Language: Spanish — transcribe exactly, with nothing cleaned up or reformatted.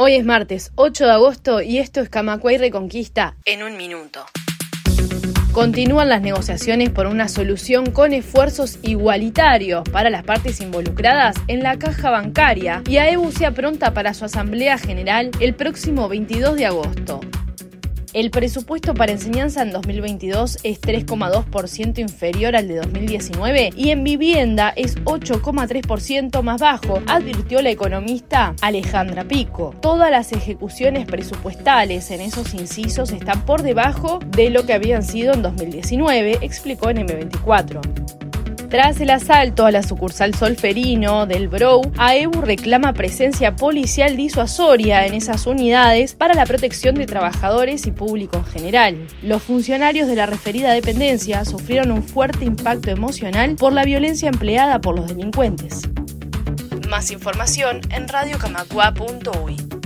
Hoy es martes ocho de agosto y esto es Camacuay Reconquista en un minuto. Continúan las negociaciones por una solución con esfuerzos igualitarios para las partes involucradas en la caja bancaria y A E B U se apronta para su asamblea general el próximo veintidós de agosto. El presupuesto para enseñanza en dos mil veintidós es tres coma dos por ciento inferior al de dos mil diecinueve y en vivienda es ocho coma tres por ciento más bajo, advirtió la economista Alejandra Pico. Todas las ejecuciones presupuestales en esos incisos están por debajo de lo que habían sido en dos mil diecinueve, explicó en eme veinticuatro. Tras el asalto a la sucursal Solferino del Brou, A E B U reclama presencia policial disuasoria en esas unidades para la protección de trabajadores y público en general. Los funcionarios de la referida dependencia sufrieron un fuerte impacto emocional por la violencia empleada por los delincuentes. Más información en radio camacua punto uy.